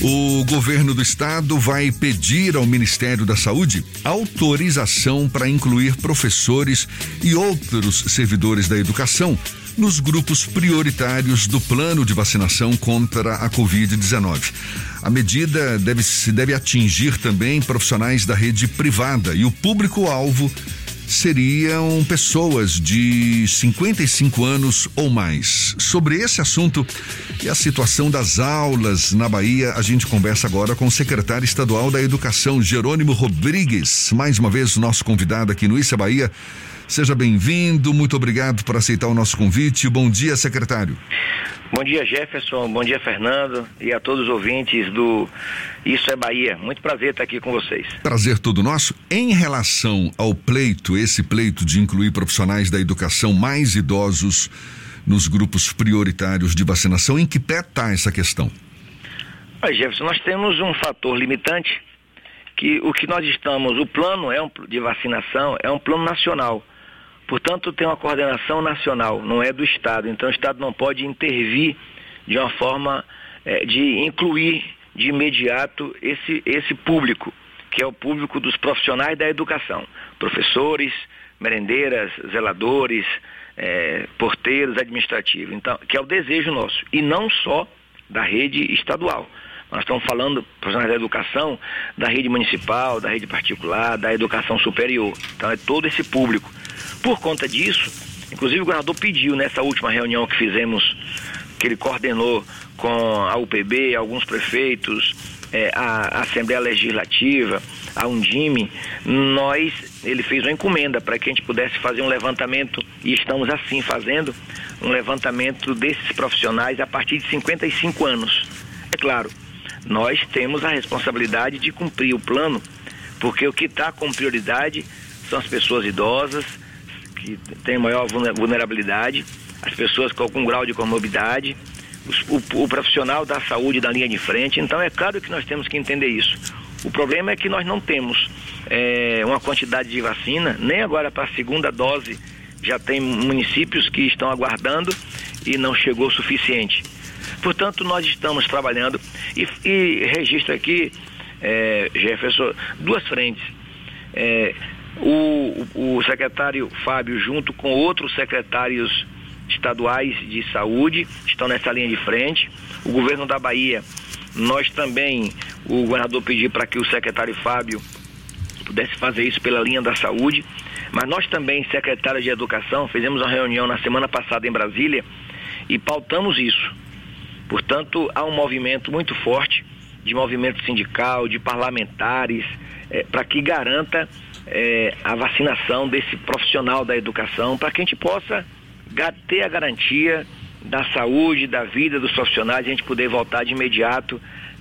O governo do estado vai pedir ao Ministério da Saúde autorização para incluir professores e outros servidores da educação nos grupos prioritários do plano de vacinação contra a Covid-19. A medida deve atingir também profissionais da rede privada e o público-alvo seriam pessoas de 55 anos ou mais. Sobre esse assunto e a situação das aulas na Bahia, a gente conversa agora com o secretário estadual da Educação, Jerônimo Rodrigues, mais uma vez nosso convidado aqui no Isso é Bahia. Seja bem-vindo, muito obrigado por aceitar o nosso convite. Bom dia, secretário. Bom dia, Jefferson, bom dia, Fernando, e a todos os ouvintes do Isso é Bahia. Muito prazer estar aqui com vocês. Prazer todo nosso. Em relação ao esse pleito de incluir profissionais da educação mais idosos nos grupos prioritários de vacinação, em que pé está essa questão? Jefferson, nós temos um fator limitante, que o que nós estamos, o plano de vacinação é um plano nacional. Portanto, tem uma coordenação nacional, não é do Estado. Então, o Estado não pode intervir de uma forma de incluir de imediato esse público, que é o público dos profissionais da educação. Professores, merendeiras, zeladores, porteiros, administrativos. Então, que é o desejo nosso. E não só da rede estadual. Nós estamos falando profissionais da educação, da rede municipal, da rede particular, da educação superior. Então, é todo esse público. Por conta disso, inclusive o governador pediu nessa última reunião que fizemos, que ele coordenou com a UPB, alguns prefeitos, a Assembleia Legislativa, a Undime, ele fez uma encomenda para que a gente pudesse fazer um levantamento, e estamos assim fazendo, um levantamento desses profissionais a partir de 55 anos. É claro, nós temos a responsabilidade de cumprir o plano, porque o que está com prioridade são as pessoas idosas, que têm maior vulnerabilidade, as pessoas com algum grau de comorbidade, o profissional da saúde da linha de frente. Então é claro que nós temos que entender isso. O problema é que nós não temos uma quantidade de vacina, nem agora para a segunda dose, já tem municípios que estão aguardando e não chegou o suficiente. Portanto, nós estamos trabalhando e registro aqui, Jefferson, duas frentes. O secretário Fábio, junto com outros secretários estaduais de saúde, estão nessa linha de frente. O governo da Bahia, nós também, o governador pediu para que o secretário Fábio pudesse fazer isso pela linha da saúde, mas nós também, secretários de educação, fizemos uma reunião na semana passada em Brasília e pautamos isso. Portanto, há um movimento muito forte de movimento sindical, de parlamentares, para que garanta a vacinação desse profissional da educação, para que a gente possa ter a garantia da saúde, da vida dos profissionais, e a gente poder voltar de imediato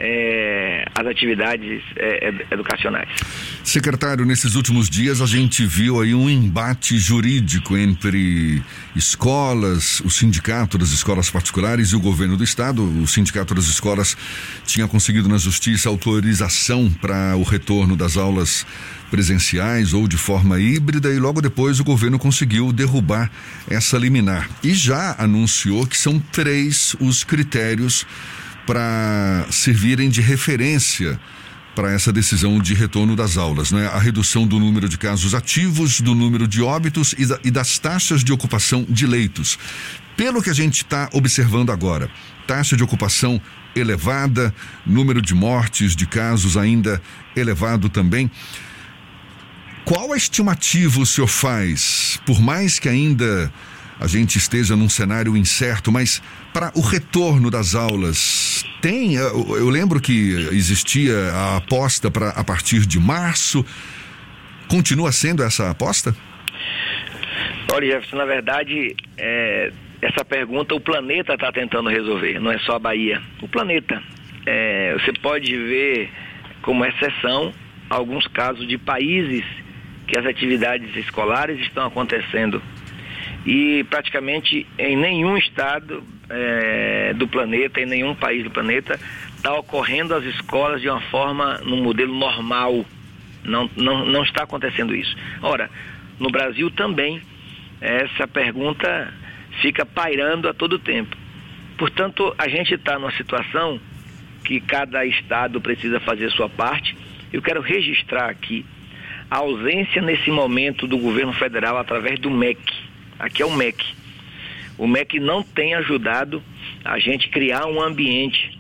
às atividades educacionais. Secretário, nesses últimos dias a gente viu aí um embate jurídico entre escolas, o sindicato das escolas particulares e o governo do estado. O sindicato das escolas tinha conseguido na justiça autorização para o retorno das aulas presenciais ou de forma híbrida, e logo depois o governo conseguiu derrubar essa liminar e já anunciou que são 3 os critérios para servirem de referência para essa decisão de retorno das aulas, né? A redução do número de casos ativos, do número de óbitos e das taxas de ocupação de leitos. Pelo que a gente está observando agora, taxa de ocupação elevada, número de mortes, de casos ainda elevado também. Qual a estimativa o senhor faz, por mais que ainda a gente esteja num cenário incerto, mas para o retorno das aulas, eu lembro que existia a aposta a partir de março, continua sendo essa aposta? Olha, Jefferson, na verdade, essa pergunta o planeta está tentando resolver, não é só a Bahia, o planeta. Você pode ver como exceção alguns casos de países que as atividades escolares estão acontecendo e praticamente em nenhum estado do planeta, em nenhum país do planeta está ocorrendo as escolas de uma forma, num modelo normal. Não está acontecendo isso. Ora, no Brasil também essa pergunta fica pairando a todo tempo. Portanto, a gente está numa situação que cada estado precisa fazer a sua parte. Eu quero registrar aqui a ausência nesse momento do governo federal através do MEC. Aqui é o MEC. O MEC não tem ajudado a gente criar um ambiente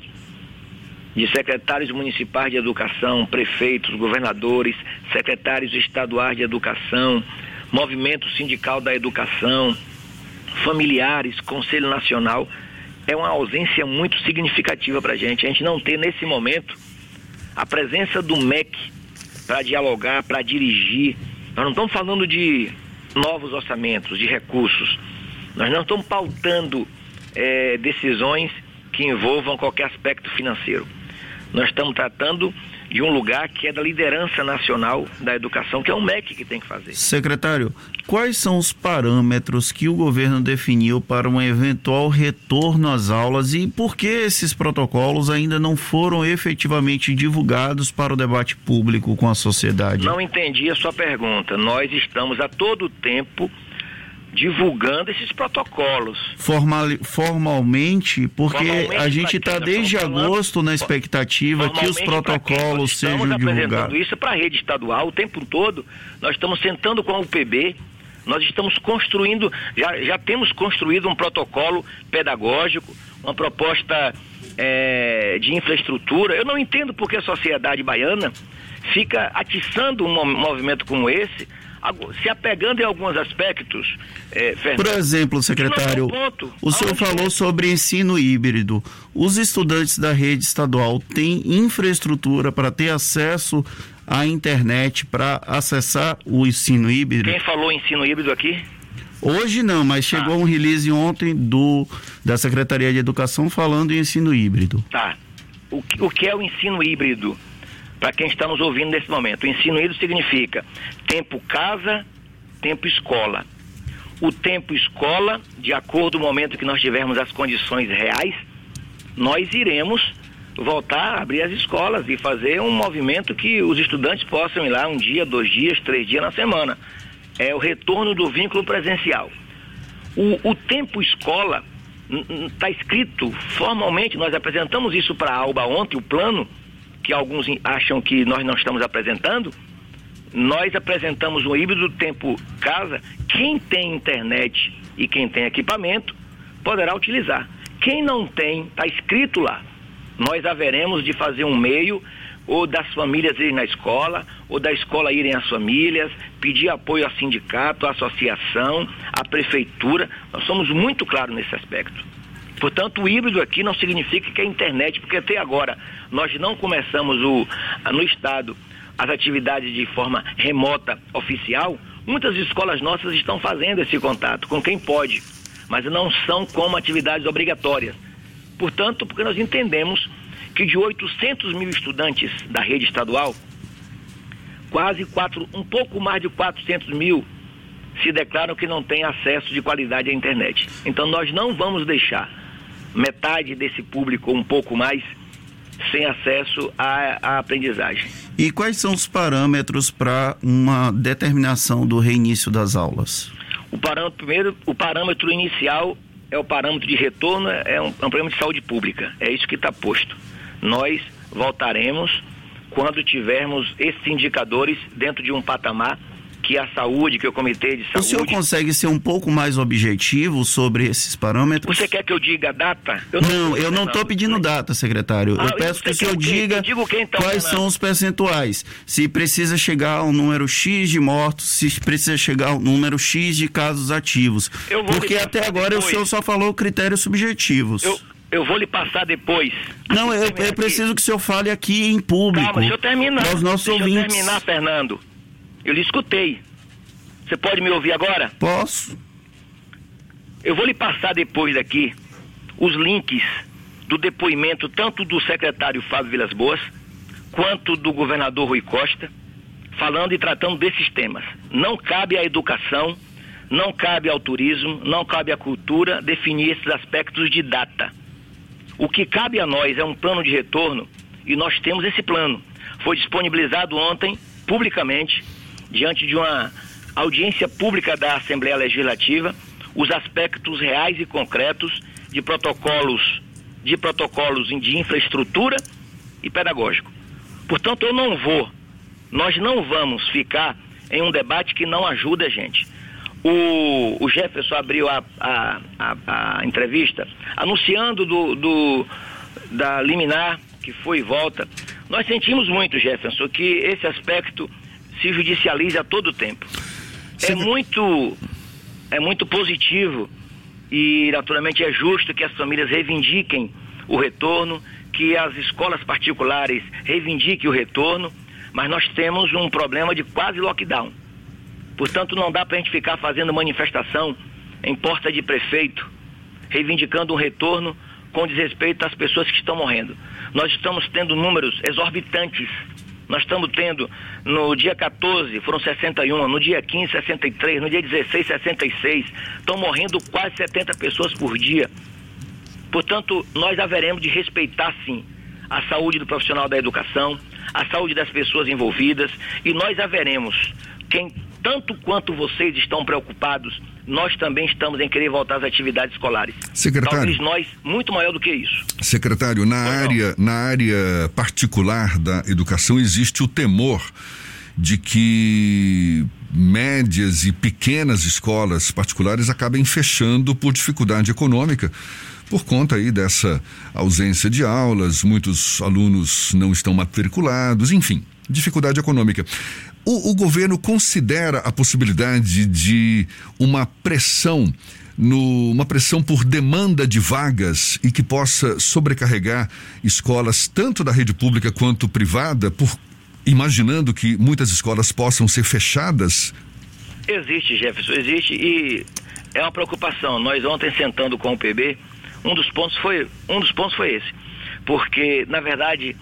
de secretários municipais de educação, prefeitos, governadores, secretários estaduais de educação, movimento sindical da educação, familiares, Conselho Nacional. É uma ausência muito significativa para a gente não ter nesse momento a presença do MEC para dialogar, para dirigir. Nós não estamos falando de novos orçamentos, de recursos. Nós não estamos pautando decisões que envolvam qualquer aspecto financeiro. Nós estamos tratando de um lugar que é da liderança nacional da educação, que é o MEC que tem que fazer. Secretário, quais são os parâmetros que o governo definiu para um eventual retorno às aulas e por que esses protocolos ainda não foram efetivamente divulgados para o debate público com a sociedade? Não entendi a sua pergunta. Nós estamos a todo tempo divulgando esses protocolos. Formalmente, porque a gente está desde agosto na expectativa que os protocolos sejam divulgados. Estamos apresentando isso para a rede estadual o tempo todo. Nós estamos sentando com a UPB, nós estamos construindo, já temos construído um protocolo pedagógico, uma proposta de infraestrutura. Eu não entendo por que a sociedade baiana fica atiçando um movimento como esse, se apegando em alguns aspectos, Fernando. Por exemplo, secretário, o senhor falou sobre ensino híbrido. Os estudantes da rede estadual têm infraestrutura para ter acesso à internet para acessar o ensino híbrido? Quem falou ensino híbrido aqui? Hoje não, mas chegou um release ontem da Secretaria de Educação falando em ensino híbrido. Tá. O que é o ensino híbrido? Para quem está nos ouvindo nesse momento, o ensino híbrido significa tempo casa, tempo escola. O tempo escola, de acordo com o momento que nós tivermos as condições reais, nós iremos voltar a abrir as escolas e fazer um movimento que os estudantes possam ir lá 1 dia, 2 dias, 3 dias na semana. É o retorno do vínculo presencial. O tempo escola está escrito formalmente, nós apresentamos isso para a ALBA ontem, o plano, que alguns acham que nós não estamos apresentando. Nós apresentamos um híbrido do tempo casa. Quem tem internet e quem tem equipamento poderá utilizar. Quem não tem, está escrito lá. Nós haveremos de fazer um meio, ou das famílias irem na escola, ou da escola irem às famílias, pedir apoio ao sindicato, à associação, à prefeitura. Nós somos muito claros nesse aspecto. Portanto, o híbrido aqui não significa que é internet, porque até agora nós não começamos no estado as atividades de forma remota oficial. Muitas escolas nossas estão fazendo esse contato com quem pode, mas não são como atividades obrigatórias. Portanto, porque nós entendemos que de 800 mil estudantes da rede estadual, um pouco mais de 400 mil se declaram que não têm acesso de qualidade à internet. Então nós não vamos deixar metade desse público, um pouco mais, sem acesso à aprendizagem. E quais são os parâmetros para uma determinação do reinício das aulas? O parâmetro inicial é o parâmetro de retorno, é um parâmetro de saúde pública, é isso que está posto. Nós voltaremos quando tivermos esses indicadores dentro de um patamar que a saúde, que o Comitê de Saúde... O senhor consegue ser um pouco mais objetivo sobre esses parâmetros? Você quer que eu diga a data? Eu não estou pedindo data, secretário. Eu peço que o senhor diga quais são os percentuais. Se precisa chegar ao número X de mortos, se precisa chegar ao número X de casos ativos. Porque até agora o senhor só falou critérios subjetivos. Eu vou lhe passar depois. Não, eu preciso que o senhor fale aqui em público. Calma, deixa eu terminar. Aos nossos ouvintes. Deixa eu terminar, Fernando. Eu lhe escutei. Você pode me ouvir agora? Posso. Eu vou lhe passar depois daqui os links do depoimento tanto do secretário Fábio Vilas Boas quanto do governador Rui Costa, falando e tratando desses temas. Não cabe à educação, não cabe ao turismo, não cabe à cultura definir esses aspectos de data. O que cabe a nós é um plano de retorno e nós temos esse plano. Foi disponibilizado ontem, publicamente, diante de uma audiência pública da Assembleia Legislativa, os aspectos reais e concretos de protocolos de protocolos de infraestrutura e pedagógico. Portanto, nós não vamos ficar em um debate que não ajuda a gente. O Jefferson abriu a entrevista anunciando da liminar que foi e volta. Nós sentimos muito, Jefferson, que esse aspecto se judicializa a todo tempo. É muito positivo e naturalmente é justo que as famílias reivindiquem o retorno, que as escolas particulares reivindiquem o retorno, mas nós temos um problema de quase lockdown. Portanto, não dá para a gente ficar fazendo manifestação em porta de prefeito, reivindicando um retorno com desrespeito às pessoas que estão morrendo. Nós estamos tendo números exorbitantes. Nós estamos tendo, no dia 14, foram 61, no dia 15, 63, no dia 16, 66. Estão morrendo quase 70 pessoas por dia. Portanto, nós haveremos de respeitar, sim, a saúde do profissional da educação, a saúde das pessoas envolvidas, e nós haveremos, tanto quanto vocês estão preocupados, nós também estamos em querer voltar às atividades escolares. Secretário, talvez nós, muito maior do que isso. Secretário, na área particular da educação existe o temor de que médias e pequenas escolas particulares acabem fechando por dificuldade econômica, por conta aí dessa ausência de aulas, muitos alunos não estão matriculados, enfim, dificuldade econômica. O governo considera a possibilidade de uma pressão por demanda de vagas e que possa sobrecarregar escolas tanto da rede pública quanto privada, imaginando que muitas escolas possam ser fechadas? Existe, Jefferson, existe, e é uma preocupação. Nós ontem, sentando com o PB, um dos pontos foi esse, porque na verdade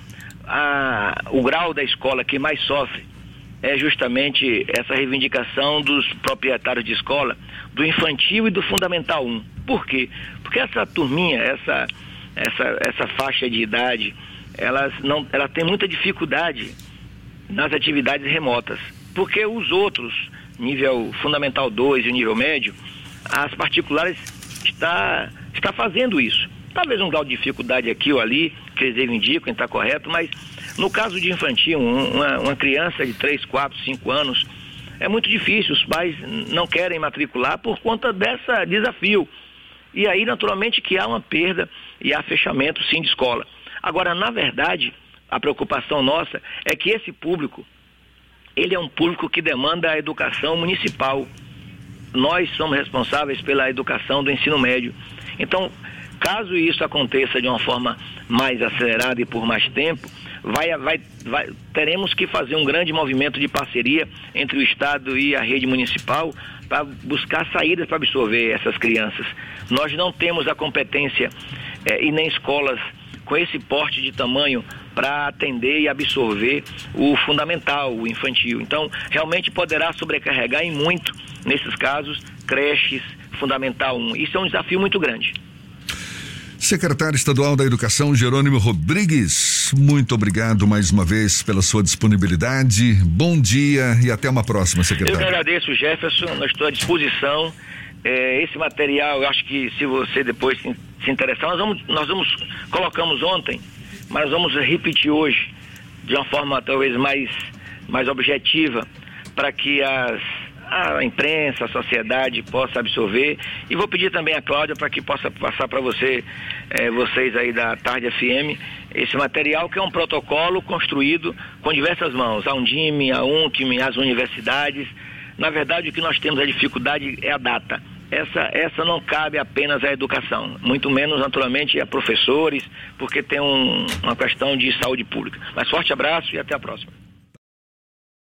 o grau da escola que mais sofre é justamente essa reivindicação dos proprietários de escola, do infantil e do fundamental 1. Por quê? Porque essa turminha, essa faixa de idade, ela tem muita dificuldade nas atividades remotas, porque os outros, nível fundamental 2 e o nível médio, as particulares está fazendo isso. Talvez um grau de dificuldade aqui ou ali, que eles reivindicam, está correto, mas no caso de infantil, uma criança de 3, 4, 5 anos, é muito difícil, os pais não querem matricular por conta desse desafio. E aí, naturalmente, que há uma perda e há fechamento, sim, de escola. Agora, na verdade, a preocupação nossa é que esse público, ele é um público que demanda a educação municipal. Nós somos responsáveis pela educação do ensino médio. Então, caso isso aconteça de uma forma mais acelerada e por mais tempo, teremos que fazer um grande movimento de parceria entre o Estado e a rede municipal para buscar saídas para absorver essas crianças. Nós não temos a competência e nem escolas com esse porte de tamanho para atender e absorver o fundamental, o infantil. Então, realmente poderá sobrecarregar em muito, nesses casos, creches, fundamental 1. Isso é um desafio muito grande. Secretário Estadual da Educação, Jerônimo Rodrigues, muito obrigado mais uma vez pela sua disponibilidade. Bom dia e até uma próxima, secretário. Eu que agradeço, Jefferson, nós estou à disposição. Esse material, eu acho que se você depois se interessar, colocamos ontem, mas vamos repetir hoje de uma forma talvez mais objetiva, para que a imprensa, a sociedade possa absorver, e vou pedir também a Cláudia para que possa passar para vocês aí da Tarde FM, esse material que é um protocolo construído com diversas mãos, a Undime, a UNCM, as universidades. Na verdade, o que nós temos a dificuldade é a data. Essa não cabe apenas à educação, muito menos naturalmente a professores, porque tem uma questão de saúde pública. Mas forte abraço e até a próxima.